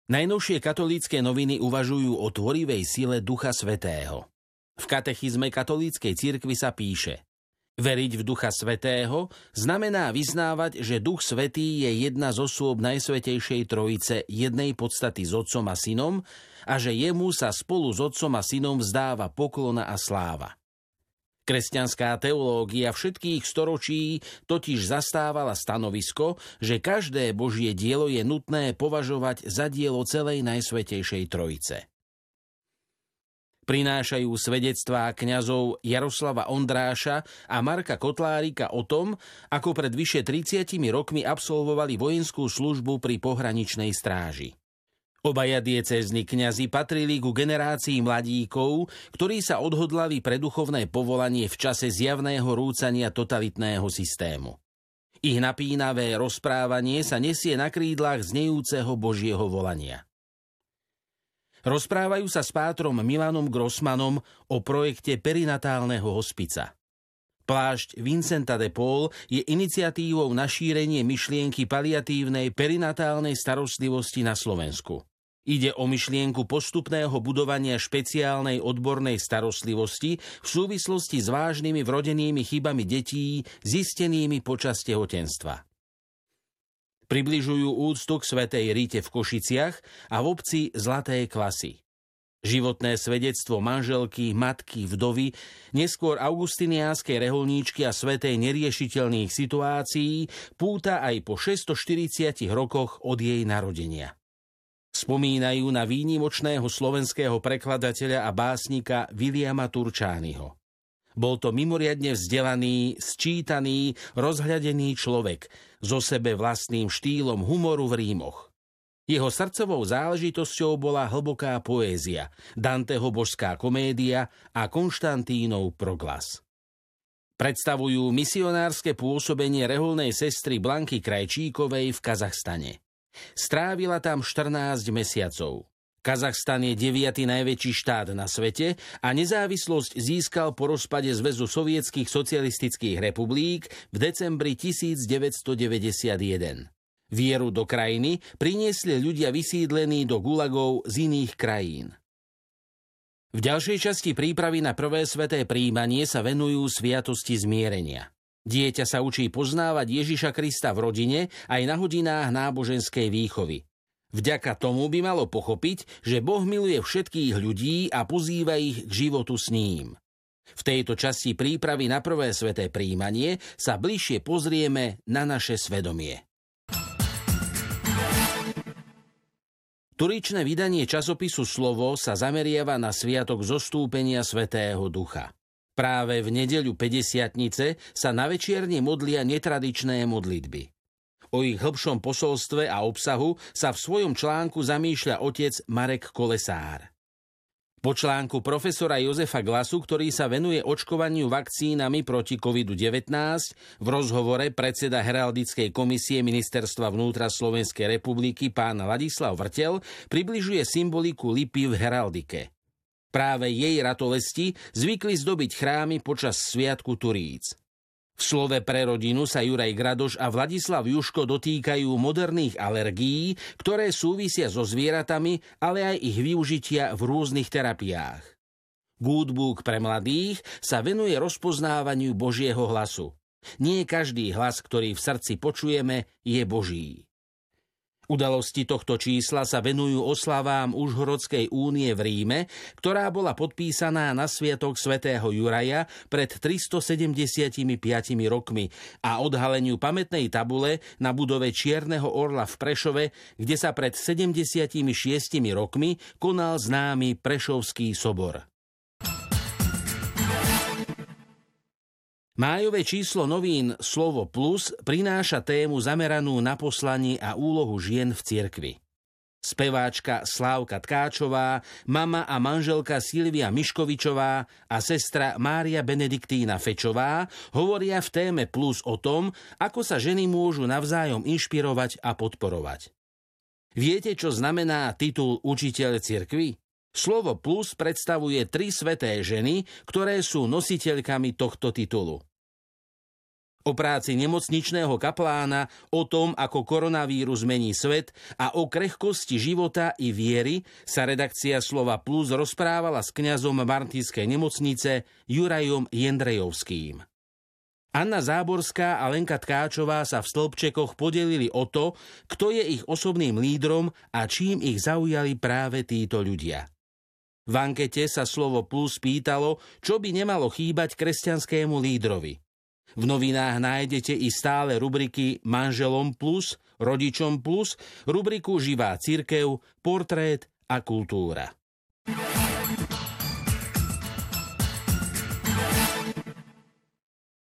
Najnovšie katolícke noviny uvažujú o tvorivej sile Ducha Svätého. V katechizme katolíckej cirkvi sa píše: veriť v Ducha Svätého znamená vyznávať, že Duch Svätý je jedna z osôb Najsvätejšej Trojice, jednej podstaty s Otcom a Synom, a že jemu sa spolu s Otcom a Synom vzdáva poklona a sláva. Kresťanská teológia všetkých storočí totiž zastávala stanovisko, že každé Božie dielo je nutné považovať za dielo celej Najsvätejšej Trojice. Prinášajú svedectvá kňazov Jaroslava Ondráša a Marka Kotlárika o tom, ako pred vyše 30 rokmi absolvovali vojenskú službu pri pohraničnej stráži. Obaja diecézni kňazi patrili ku generácii mladíkov, ktorí sa odhodlali pre duchovné povolanie v čase zjavného rúcania totalitného systému. Ich napínavé rozprávanie sa nesie na krídlach znejúceho Božieho volania. Rozprávajú sa s pátrom Milanom Grossmanom o projekte perinatálneho hospica. Plášť Vincenta de Paul je iniciatívou na šírenie myšlienky paliatívnej perinatálnej starostlivosti na Slovensku. Ide o myšlienku postupného budovania špeciálnej odbornej starostlivosti v súvislosti s vážnymi vrodenými chybami detí zistenými počas tehotenstva. Približujú úctu k svätej Rite v Košiciach a v obci Zlaté Kvasy. Životné svedectvo manželky, matky, vdovy, neskôr augustiniánskej reholníčky a svätej neriešiteľných situácií púta aj po 640 rokoch od jej narodenia. Spomínajú na výnimočného slovenského prekladateľa a básnika Viliama Turčányho. Bol to mimoriadne vzdelaný, sčítaný, rozhľadený človek so sebe vlastným štýlom humoru v rímoch. Jeho srdcovou záležitosťou bola hlboká poézia, Danteho Božská komédia a Konštantínov Proglas. Predstavujú misionárske pôsobenie reholnej sestry Blanky Krajčíkovej v Kazachstane. Strávila tam 14 mesiacov. Kazachstan je 9. najväčší štát na svete a nezávislosť získal po rozpade Zväzu sovietských socialistických republik v decembri 1991. Vieru do krajiny priniesli ľudia vysídlení do gulagov z iných krajín. V ďalšej časti prípravy na prvé sväté prijímanie sa venujú sviatosti zmierenia. Dieťa sa učí poznávať Ježiša Krista v rodine aj na hodinách náboženskej výchovy. Vďaka tomu by malo pochopiť, že Boh miluje všetkých ľudí a pozýva ich k životu s ním. V tejto časti prípravy na prvé sväté prijímanie sa bližšie pozrieme na naše svedomie. Turičné vydanie časopisu Slovo sa zameriava na sviatok zostúpenia Svätého Ducha. Práve v nedeľu Päťdesiatnice sa na večierni modlia netradičné modlitby. O ich hĺbšom posolstve a obsahu sa v svojom článku zamýšľa otec Marek Kolesár. Po článku profesora Jozefa Glasu, ktorý sa venuje očkovaniu vakcínami proti COVID-19, v rozhovore predseda Heraldickej komisie Ministerstva vnútra Slovenskej republiky pán Ladislav Vrteľ približuje symboliku lipy v heraldike. Práve jej ratolesti zvykli zdobiť chrámy počas sviatku Turíc. V slove pre rodinu sa Juraj Gradoš a Vladislav Juško dotýkajú moderných alergií, ktoré súvisia so zvieratami, ale aj ich využitia v rôznych terapiách. Goodbook pre mladých sa venuje rozpoznávaniu Božieho hlasu. Nie každý hlas, ktorý v srdci počujeme, je Boží. Udalosti tohto čísla sa venujú oslavám Užhorodskej únie v Ríme, ktorá bola podpísaná na sviatok svätého Juraja pred 375 rokmi a odhaleniu pamätnej tabule na budove Čierneho orla v Prešove, kde sa pred 76 rokmi konal známy Prešovský sobor. Májové číslo novín Slovo Plus prináša tému zameranú na poslanie a úlohu žien v cirkvi. Speváčka Slávka Tkáčová, mama a manželka Silvia Miškovičová a sestra Mária Benediktína Fečová hovoria v téme Plus o tom, ako sa ženy môžu navzájom inšpirovať a podporovať. Viete, čo znamená titul učiteľ cirkvi? Slovo Plus predstavuje 3 sväté ženy, ktoré sú nositeľkami tohto titulu. O práci nemocničného kaplána, o tom, ako koronavírus mení svet a o krehkosti života i viery sa redakcia Slova Plus rozprávala s kňazom Martinskej nemocnice Jurajom Jendrejovským. Anna Záborská a Lenka Tkáčová sa v Stĺpčekoch podelili o to, kto je ich osobným lídrom a čím ich zaujali práve títo ľudia. V ankete sa Slovo Plus pýtalo, čo by nemalo chýbať kresťanskému lídrovi. V novinách nájdete i stále rubriky Manželom plus, Rodičom plus, rubriku Živá cirkev, Portrét a kultúra.